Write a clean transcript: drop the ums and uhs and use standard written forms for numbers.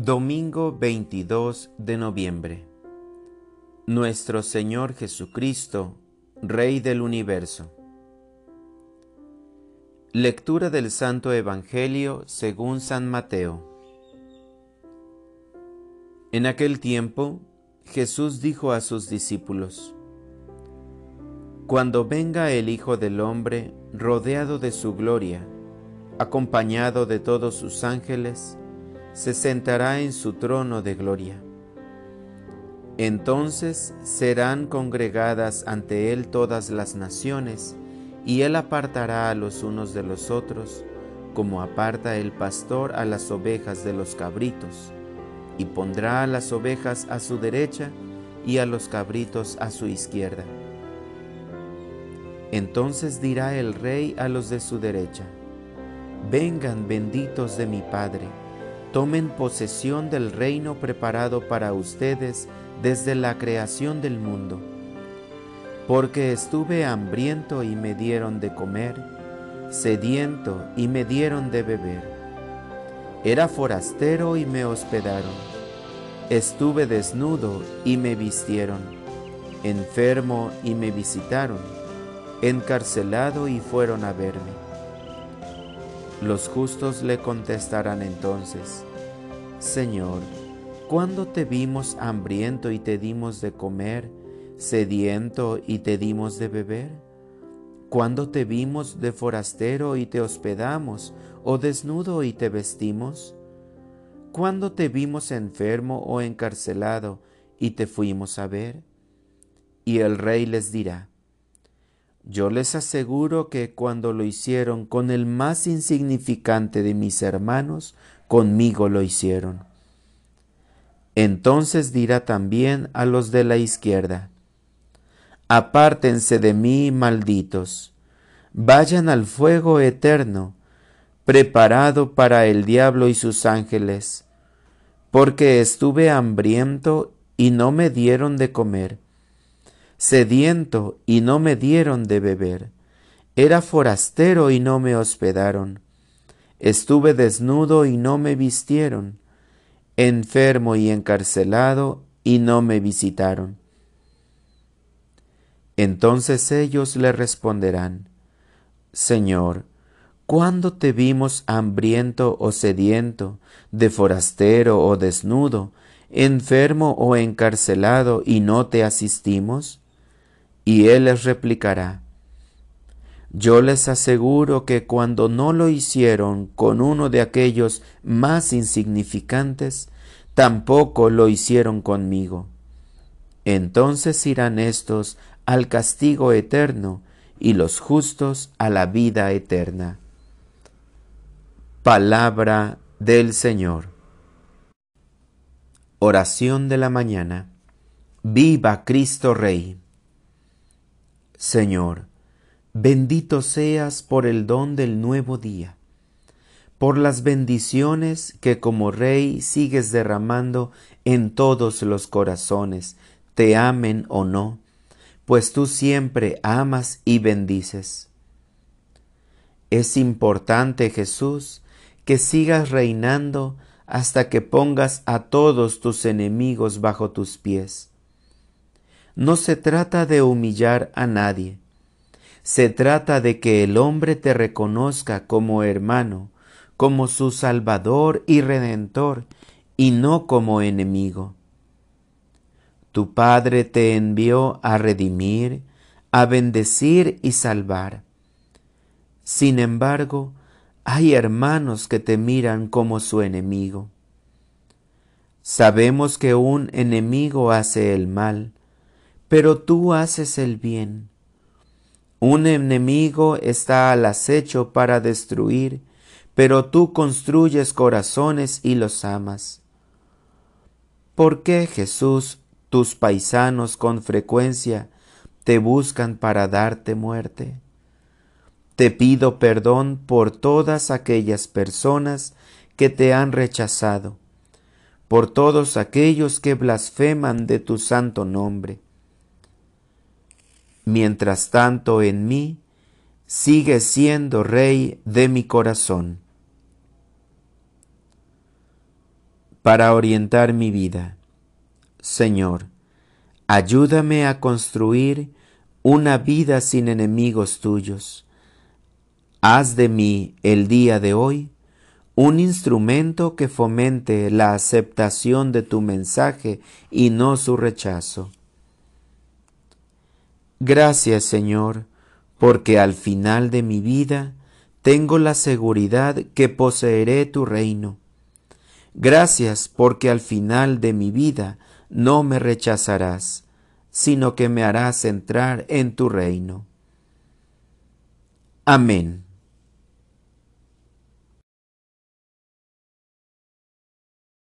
Domingo 22 de noviembre. Nuestro Señor Jesucristo, Rey del Universo. Lectura del Santo Evangelio según San Mateo. En aquel tiempo, Jesús dijo a sus discípulos: Cuando venga el Hijo del Hombre rodeado de su gloria, acompañado de todos sus ángeles, se sentará en su trono de gloria. Entonces serán congregadas ante él todas las naciones, y él apartará a los unos de los otros, como aparta el pastor a las ovejas de los cabritos, y pondrá a las ovejas a su derecha y a los cabritos a su izquierda. Entonces dirá el Rey a los de su derecha: Vengan, benditos de mi Padre, tomen posesión del reino preparado para ustedes desde la creación del mundo. Porque estuve hambriento y me dieron de comer, sediento y me dieron de beber. Era forastero y me hospedaron. Estuve desnudo y me vistieron, enfermo y me visitaron, encarcelado y fueron a verme. Los justos le contestarán entonces: Señor, ¿cuándo te vimos hambriento y te dimos de comer, sediento y te dimos de beber? ¿Cuándo te vimos de forastero y te hospedamos, o desnudo y te vestimos? ¿Cuándo te vimos enfermo o encarcelado y te fuimos a ver? Y el Rey les dirá: Yo les aseguro que cuando lo hicieron con el más insignificante de mis hermanos, conmigo lo hicieron. Entonces dirá también a los de la izquierda: Apártense de mí, malditos, vayan al fuego eterno, preparado para el diablo y sus ángeles, porque estuve hambriento y no me dieron de comer, sediento y no me dieron de beber, era forastero y no me hospedaron, estuve desnudo y no me vistieron, enfermo y encarcelado y no me visitaron. Entonces ellos le responderán: Señor, ¿cuándo te vimos hambriento o sediento, de forastero o desnudo, enfermo o encarcelado y no te asistimos? Y él les replicará: Yo les aseguro que cuando no lo hicieron con uno de aquellos más insignificantes, tampoco lo hicieron conmigo. Entonces irán estos al castigo eterno y los justos a la vida eterna. Palabra del Señor. Oración de la mañana. Viva Cristo Rey. Señor, bendito seas por el don del nuevo día, por las bendiciones que como Rey sigues derramando en todos los corazones, te amen o no, pues tú siempre amas y bendices. Es importante, Jesús, que sigas reinando hasta que pongas a todos tus enemigos bajo tus pies. No se trata de humillar a nadie, se trata de que el hombre te reconozca como hermano, como su Salvador y Redentor, y no como enemigo. Tu Padre te envió a redimir, a bendecir y salvar. Sin embargo, hay hermanos que te miran como su enemigo. Sabemos que un enemigo hace el mal, pero tú haces el bien. Un enemigo está al acecho para destruir, pero tú construyes corazones y los amas. ¿Por qué, Jesús, tus paisanos con frecuencia te buscan para darte muerte? Te pido perdón por todas aquellas personas que te han rechazado, por todos aquellos que blasfeman de tu santo nombre. Mientras tanto, en mí, sigues siendo Rey de mi corazón. para orientar mi vida. Señor, ayúdame a construir una vida sin enemigos tuyos. Haz de mí el día de hoy un instrumento que fomente la aceptación de tu mensaje y no su rechazo. Gracias, Señor, porque al final de mi vida tengo la seguridad que poseeré tu reino. Gracias porque al final de mi vida no me rechazarás, sino que me harás entrar en tu reino. Amén.